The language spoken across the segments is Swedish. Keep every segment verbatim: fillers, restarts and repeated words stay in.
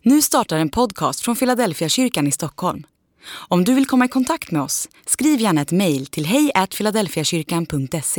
Nu startar en podcast från Philadelphia kyrkan i Stockholm. Om du vill komma i kontakt med oss, skriv gärna ett mejl till hej at philadelphiakyrkan punkt se.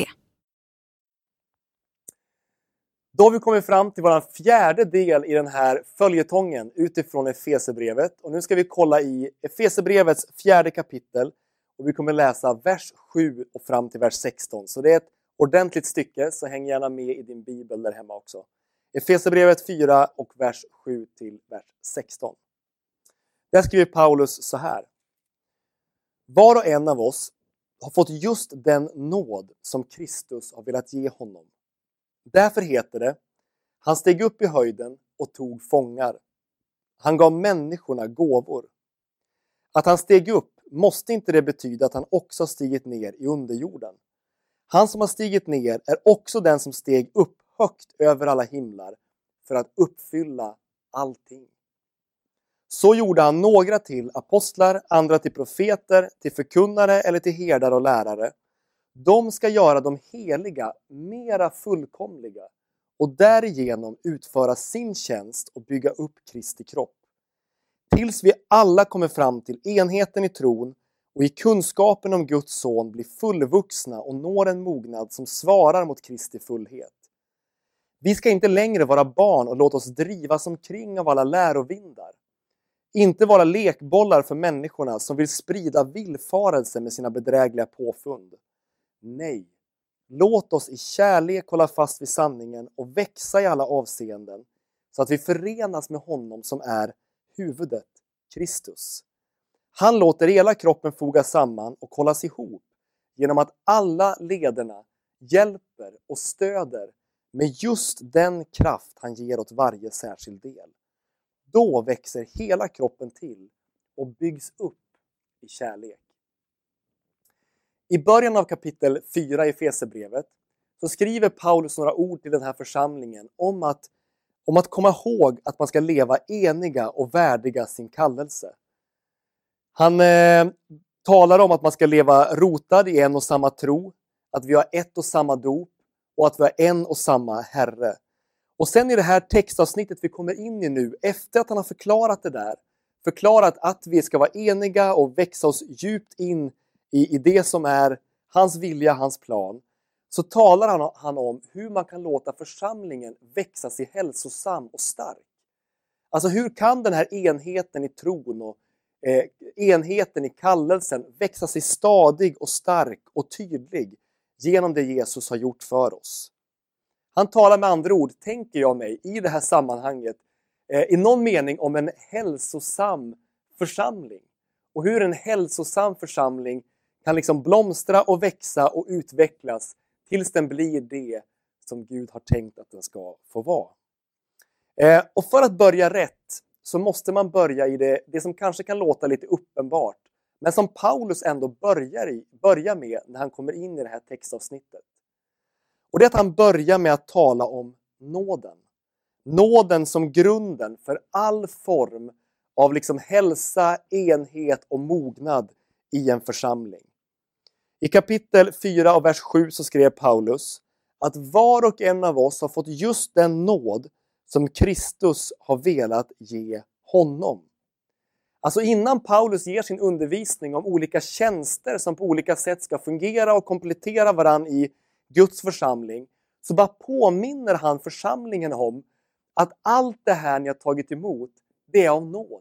Då har vi kommit fram till vår fjärde del i den här följetongen utifrån Efesierbrevet. Och nu ska vi kolla i Efesierbrevets fjärde kapitel. Och vi kommer läsa vers sju och fram till vers sexton. Så det är ett ordentligt stycke, så häng gärna med i din bibel där hemma också. Efesierbrevet fyra och vers sju till vers sexton. Där skriver Paulus så här. Var och en av oss har fått just den nåd som Kristus har velat ge honom. Därför heter det, han steg upp i höjden och tog fångar. Han gav människorna gåvor. Att han steg upp måste inte det betyda att han också har stigit ner i underjorden. Han som har stigit ner är också den som steg upp högt över alla himlar för att uppfylla allting. Så gjorde han några till apostlar, andra till profeter, till förkunnare eller till herdar och lärare. De ska göra de heliga mera fullkomliga och därigenom utföra sin tjänst och bygga upp Kristi kropp. Tills vi alla kommer fram till enheten i tron och i kunskapen om Guds son blir fullvuxna och når en mognad som svarar mot Kristi fullhet. Vi ska inte längre vara barn och låta oss drivas omkring av alla lärovindar. Inte vara lekbollar för människorna som vill sprida villfarelse med sina bedrägliga påfund. Nej, låt oss i kärlek hålla fast vid sanningen och växa i alla avseenden så att vi förenas med honom som är huvudet, Kristus. Han låter hela kroppen fogas samman och hållas ihop genom att alla lederna hjälper och stöder med just den kraft han ger åt varje särskild del. Då växer hela kroppen till och byggs upp i kärlek. I början av kapitel fyra i Efesierbrevet så skriver Paulus några ord till den här församlingen om att, om att komma ihåg att man ska leva eniga och värdiga sin kallelse. Han eh, talar om att man ska leva rotad i en och samma tro, att vi har ett och samma dop och att vi har en och samma Herre. Och sen i det här textavsnittet vi kommer in i nu, efter att han har förklarat det där, förklarat att vi ska vara eniga och växa oss djupt in i, i det som är hans vilja, hans plan, så talar han, han om hur man kan låta församlingen växa sig hälsosam och stark. Alltså hur kan den här enheten i tron och eh, enheten i kallelsen växa sig stadig och stark och tydlig genom det Jesus har gjort för oss. Han talar med andra ord, tänker jag mig, i det här sammanhanget eh, i någon mening om en hälsosam församling. Och hur en hälsosam församling kan liksom blomstra och växa och utvecklas tills den blir det som Gud har tänkt att den ska få vara. Eh, och för att börja rätt så måste man börja i det, det som kanske kan låta lite uppenbart, men som Paulus ändå börjar, i, börjar med när han kommer in i det här textavsnittet. Och det är att han börjar med att tala om nåden. Nåden som grunden för all form av liksom hälsa, enhet och mognad i en församling. I kapitel fyra och vers sju så skrev Paulus att var och en av oss har fått just den nåd som Kristus har velat ge honom. Alltså innan Paulus ger sin undervisning om olika tjänster som på olika sätt ska fungera och komplettera varann i Guds församling, så bara påminner han församlingen om att allt det här ni har tagit emot, det är av nåd.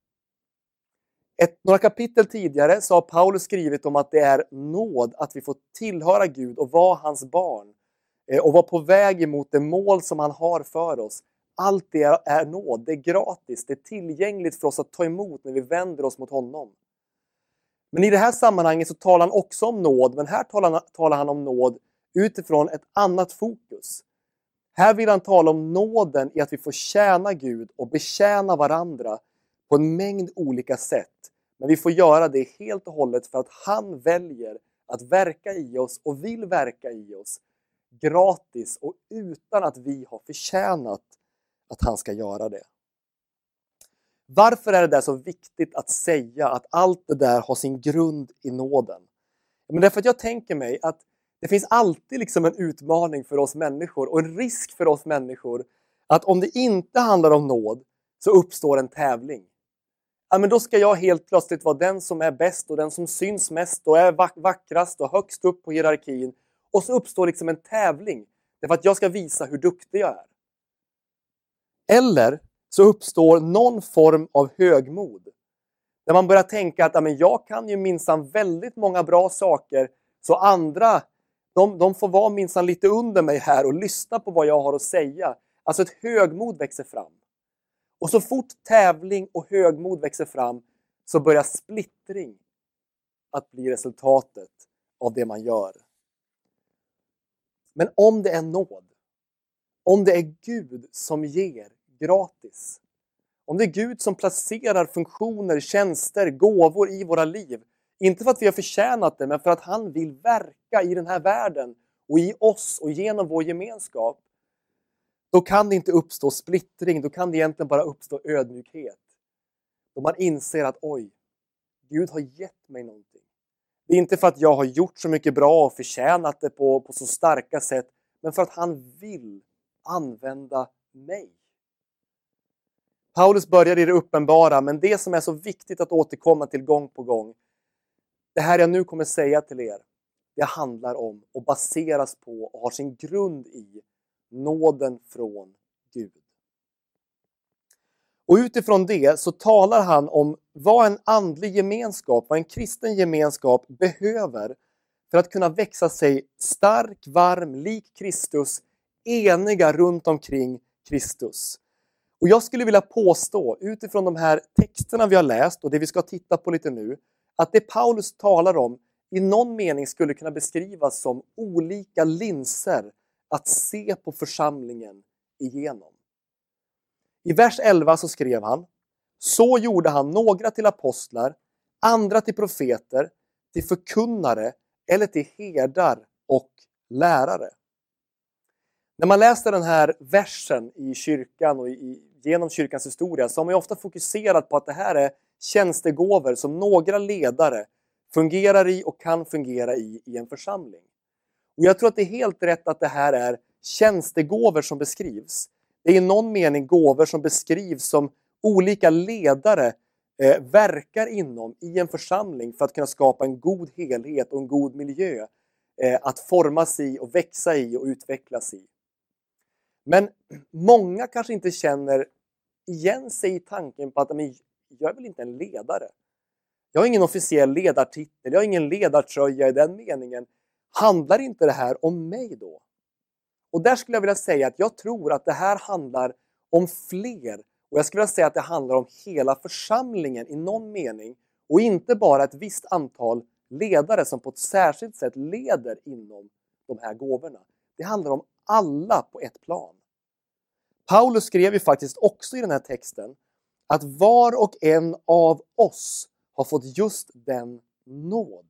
Ett, några kapitel tidigare så har Paulus skrivit om att det är nåd att vi får tillhöra Gud och vara hans barn eh, och vara på väg emot det mål som han har för oss. Allt det är, är nåd, det är gratis, det är tillgängligt för oss att ta emot när vi vänder oss mot honom. Men i det här sammanhanget så talar han också om nåd, men här talar, talar han om nåd utifrån ett annat fokus. Här vill han tala om nåden i att vi får tjäna Gud och betjäna varandra på en mängd olika sätt. Men vi får göra det helt och hållet för att han väljer att verka i oss och vill verka i oss gratis och utan att vi har förtjänat att han ska göra det. Varför är det där så viktigt att säga att allt det där har sin grund i nåden? Men därför att jag tänker mig att det finns alltid liksom en utmaning för oss människor och en risk för oss människor att om det inte handlar om nåd så uppstår en tävling. Ja, men då ska jag helt plötsligt vara den som är bäst och den som syns mest och är vack- vackrast och högst upp på hierarkin. Och så uppstår liksom en tävling. Därför att jag ska visa hur duktig jag är. Eller så uppstår någon form av högmod. Där man börjar tänka att ja, men jag kan ju minsann väldigt många bra saker. Så andra, de, de får vara minsann lite under mig här och lyssna på vad jag har att säga. Alltså ett högmod växer fram. Och så fort tävling och högmod växer fram så börjar splittring att bli resultatet av det man gör. Men om det är nåd, om det är Gud som ger gratis, om det är Gud som placerar funktioner, tjänster, gåvor i våra liv, inte för att vi har förtjänat det, men för att han vill verka i den här världen och i oss och genom vår gemenskap, då kan det inte uppstå splittring, då kan det egentligen bara uppstå ödmjukhet. Då man inser att oj, Gud har gett mig någonting. Det är inte för att jag har gjort så mycket bra och förtjänat det på, på så starka sätt, men för att han vill använda mig. Paulus börjar i det uppenbara, men det som är så viktigt att återkomma till gång på gång, det här jag nu kommer säga till er, det handlar om och baseras på och har sin grund i nåden från Gud. Och utifrån det så talar han om vad en andlig gemenskap, vad en kristen gemenskap behöver för att kunna växa sig stark, varm, lik Kristus, eniga runt omkring Kristus. Och jag skulle vilja påstå, utifrån de här texterna vi har läst och det vi ska titta på lite nu, att det Paulus talar om i någon mening skulle kunna beskrivas som olika linser att se på församlingen igenom. I vers elva så skrev han: så gjorde han några till apostlar, andra till profeter, till förkunnare eller till herdar och lärare. När man läser den här versen i kyrkan och i, genom kyrkans historia så har man ju ofta fokuserat på att det här är tjänstegåvor som några ledare fungerar i och kan fungera i i en församling. Och jag tror att det är helt rätt att det här är tjänstegåvor som beskrivs. Det är i någon mening gåvor som beskrivs som olika ledare eh, verkar inom i en församling för att kunna skapa en god helhet och en god miljö eh, att formas i och växa i och utvecklas i. Men många kanske inte känner igen sig i tanken på att men, jag är väl inte en ledare. Jag har ingen officiell ledartitel, jag har ingen ledartröja i den meningen. Handlar inte det här om mig då? Och där skulle jag vilja säga att jag tror att det här handlar om fler. Och jag skulle vilja säga att det handlar om hela församlingen i någon mening. Och inte bara ett visst antal ledare som på ett särskilt sätt leder inom de här gåvorna. Det handlar om alla på ett plan. Paulus skrev ju faktiskt också i den här texten att var och en av oss har fått just den nåd.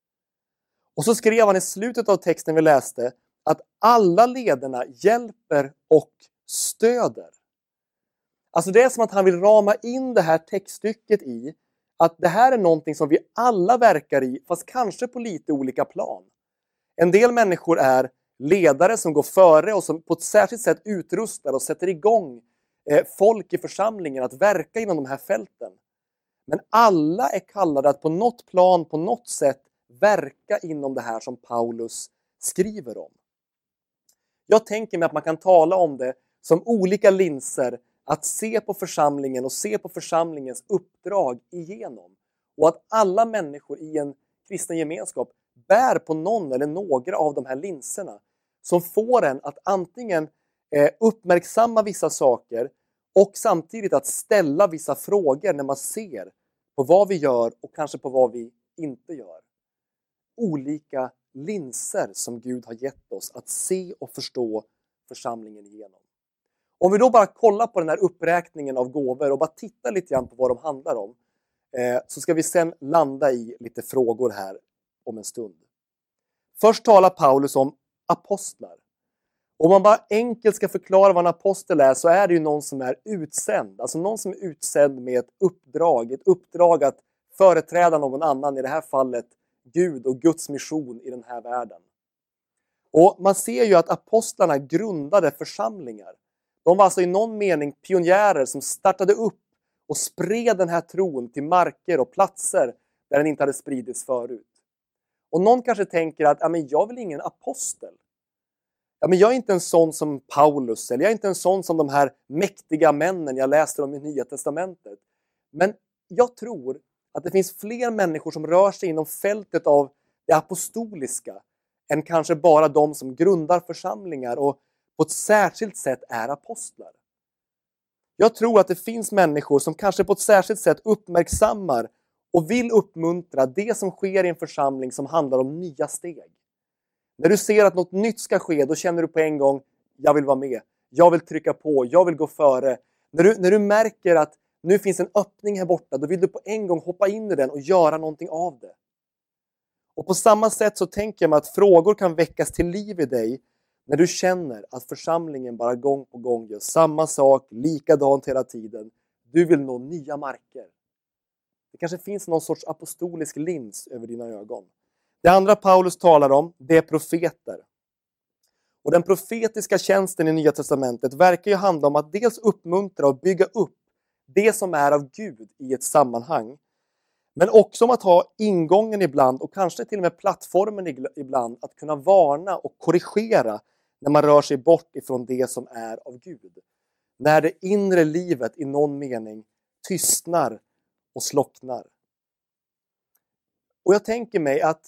Och så skrev han i slutet av texten vi läste att alla ledarna hjälper och stöder. Alltså det är som att han vill rama in det här textstycket i att det här är någonting som vi alla verkar i, fast kanske på lite olika plan. En del människor är ledare som går före och som på ett särskilt sätt utrustar och sätter igång eh, folk i församlingen att verka inom de här fälten. Men alla är kallade att på något plan, på något sätt verka inom det här som Paulus skriver om. Jag tänker mig att man kan tala om det som olika linser att se på församlingen och se på församlingens uppdrag igenom. Och att alla människor i en kristen gemenskap bär på någon eller några av de här linserna som får en att antingen eh, uppmärksamma vissa saker och samtidigt att ställa vissa frågor när man ser på vad vi gör och kanske på vad vi inte gör. Olika linser som Gud har gett oss att se och förstå församlingen igenom. Om vi då bara kollar på den här uppräkningen av gåvor och bara tittar lite grann på vad de handlar om, eh, så ska vi sen landa i lite frågor här om en stund. Först talar Paulus om apostlar. Om man bara enkelt ska förklara vad en apostel är så är det ju någon som är utsänd. Alltså någon som är utsänd med ett uppdrag. Ett uppdrag att företräda någon annan, i det här fallet Gud och Guds mission i den här världen. Och man ser ju att apostlarna grundade församlingar. De var alltså i någon mening pionjärer som startade upp och spred den här tron till marker och platser där den inte hade spridits förut. Och någon kanske tänker att ja, men jag är väl ingen apostel. Ja, men jag är inte en sån som Paulus, eller jag är inte en sån som de här mäktiga männen jag läste om i Nya Testamentet. Men jag tror att det finns fler människor som rör sig inom fältet av det apostoliska än kanske bara de som grundar församlingar och på ett särskilt sätt är apostlar. Jag tror att det finns människor som kanske på ett särskilt sätt uppmärksammar och vill uppmuntra det som sker i en församling som handlar om nya steg. När du ser att något nytt ska ske, då känner du på en gång, jag vill vara med, jag vill trycka på, jag vill gå före. När du, när du märker att nu finns en öppning här borta, då vill du på en gång hoppa in i den och göra någonting av det. Och på samma sätt så tänker jag mig att frågor kan väckas till liv i dig när du känner att församlingen bara gång på gång gör samma sak, likadant hela tiden. Du vill nå nya marker. Det kanske finns någon sorts apostolisk lins över dina ögon. Det andra Paulus talar om, det är profeter. Och den profetiska tjänsten i Nya Testamentet verkar ju handla om att dels uppmuntra och bygga upp det som är av Gud i ett sammanhang. Men också om att ha ingången ibland och kanske till och med plattformen ibland att kunna varna och korrigera när man rör sig bort ifrån det som är av Gud. När det inre livet i någon mening tystnar och slocknar. Och jag tänker mig att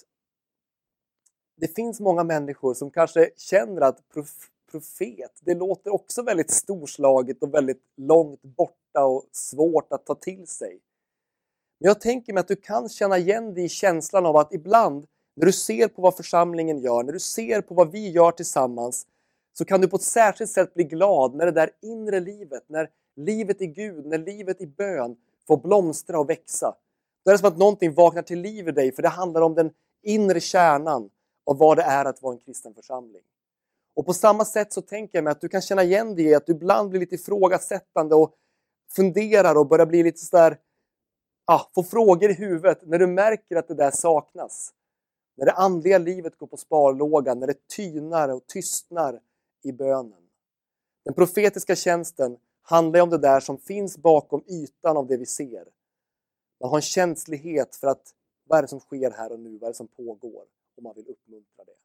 det finns många människor som kanske känner att prof- profet, det låter också väldigt storslaget och väldigt långt borta och svårt att ta till sig. Men jag tänker mig att du kan känna igen dig i känslan av att ibland när du ser på vad församlingen gör, när du ser på vad vi gör tillsammans, så kan du på ett särskilt sätt bli glad när det där inre livet, när livet i Gud, när livet i bön får blomstra och växa. Det är som att någonting vaknar till liv i dig, för det handlar om den inre kärnan av vad det är att vara en kristen församling. Och på samma sätt så tänker jag mig att du kan känna igen dig i att du ibland blir lite ifrågasättande och funderar och börjar bli lite sådär, ah, få frågor i huvudet när du märker att det där saknas. När det andliga livet går på sparlågan, när det tynar och tystnar i bönen. Den profetiska tjänsten handlar om det där som finns bakom ytan av det vi ser. Man har en känslighet för att vad är det som sker här och nu, vad är det som pågår, och man vill uppmuntra det.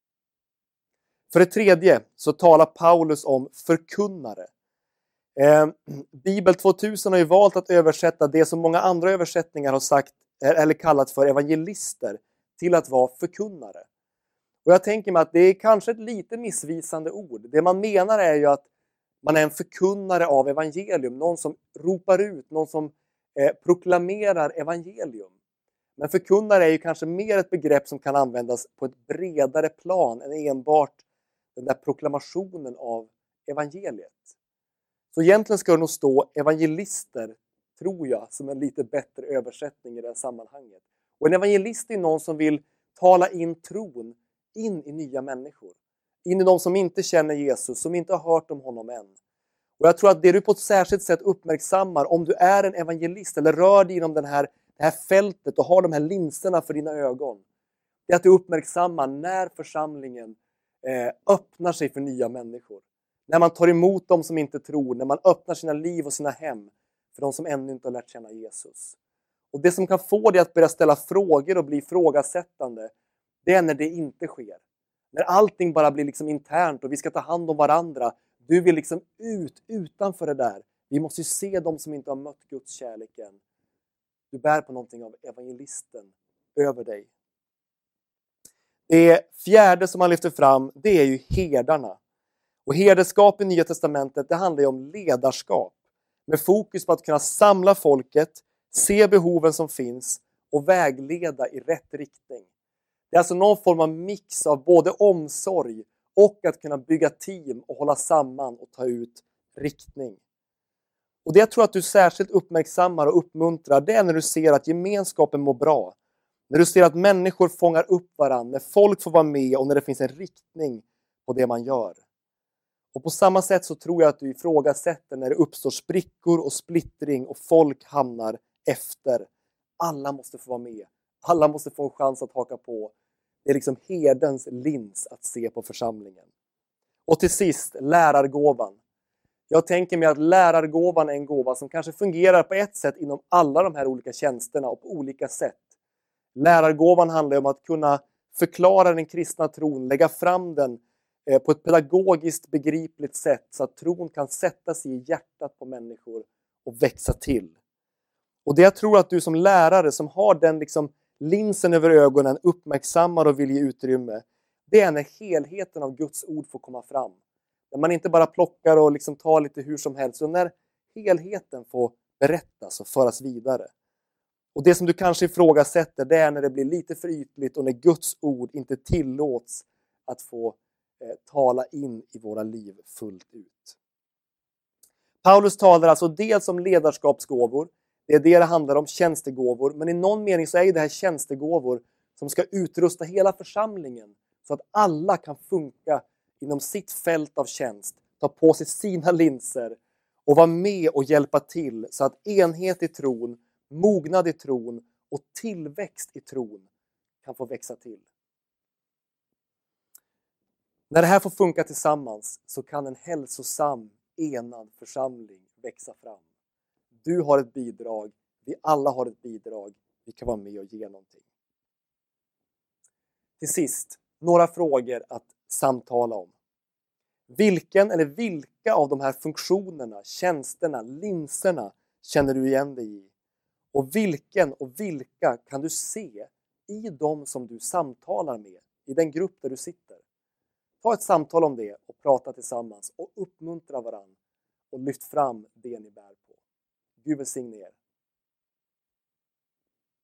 För det tredje så talar Paulus om förkunnare. Eh, Bibel tvåtusen har ju valt att översätta det som många andra översättningar har sagt eller kallat för evangelister till att vara förkunnare. Och jag tänker mig att det är kanske ett lite missvisande ord. Det man menar är ju att man är en förkunnare av evangelium, någon som ropar ut, någon som eh, proklamerar evangelium. Men förkunnare är ju kanske mer ett begrepp som kan användas på ett bredare plan än enbart den där proklamationen av evangeliet. Så egentligen ska det nog stå evangelister, tror jag, som en lite bättre översättning i det här sammanhanget. Och en evangelist är någon som vill tala in tron in i nya människor. In i de som inte känner Jesus, som inte har hört om honom än. Och jag tror att det du på ett särskilt sätt uppmärksammar, om du är en evangelist eller rör dig inom den här, det här fältet och har de här linserna för dina ögon, det är att du uppmärksammar när församlingen eh, öppnar sig för nya människor. När man tar emot dem som inte tror, när man öppnar sina liv och sina hem för de som ännu inte har lärt känna Jesus. Och det som kan få dig att börja ställa frågor och bli ifrågasättande, det är när det inte sker. När allting bara blir liksom internt och vi ska ta hand om varandra. Du vill liksom ut, utanför det där. Vi måste ju se de som inte har mött Guds kärlek än. Du bär på någonting av evangelisten över dig. Det fjärde som man lyfter fram, det är ju herdarna. Och herderskap i Nya Testamentet, det handlar ju om ledarskap. Med fokus på att kunna samla folket, se behoven som finns och vägleda i rätt riktning. Det är alltså någon form av mix av både omsorg och att kunna bygga team och hålla samman och ta ut riktning. Och det jag tror att du särskilt uppmärksammar och uppmuntrar, det är när du ser att gemenskapen mår bra. När du ser att människor fångar upp varandra, när folk får vara med och när det finns en riktning på det man gör. Och på samma sätt så tror jag att du ifrågasätter när det uppstår sprickor och splittring och folk hamnar efter. Alla måste få vara med. Alla måste få en chans att haka på. Det är liksom herdens lins att se på församlingen. Och till sist, lärargåvan. Jag tänker mig att lärargåvan är en gåva som kanske fungerar på ett sätt inom alla de här olika tjänsterna och på olika sätt. Lärargåvan handlar om att kunna förklara den kristna tron, lägga fram den på ett pedagogiskt begripligt sätt så att tron kan sätta sig i hjärtat på människor och växa till. Och det jag tror att du som lärare som har den liksom linsen över ögonen, uppmärksammar och vill ge utrymme, det är när helheten av Guds ord får komma fram. När man inte bara plockar och liksom tar lite hur som helst, utan när helheten får berättas och föras vidare. Och det som du kanske ifrågasätter, det är när det blir lite för ytligt och när Guds ord inte tillåts att få eh, tala in i våra liv fullt ut. Paulus talar alltså dels om ledarskapsgåvor, det är det det handlar om, tjänstegåvor, men i någon mening så är ju det här tjänstegåvor som ska utrusta hela församlingen så att alla kan funka inom sitt fält av tjänst, ta på sig sina linser och vara med och hjälpa till så att enhet i tron, mognad i tron och tillväxt i tron kan få växa till. När det här får funka tillsammans så kan en hälsosam, enad församling växa fram. Du har ett bidrag, vi alla har ett bidrag, vi kan vara med och ge någonting. Till sist, några frågor att samtala om. Vilken eller vilka av de här funktionerna, tjänsterna, linserna känner du igen dig i? Och vilken och vilka kan du se i dem som du samtalar med, i den grupp där du sitter? Ta ett samtal om det och prata tillsammans och uppmuntra varandra och lyft fram det ni bär på. Gud välsigne er.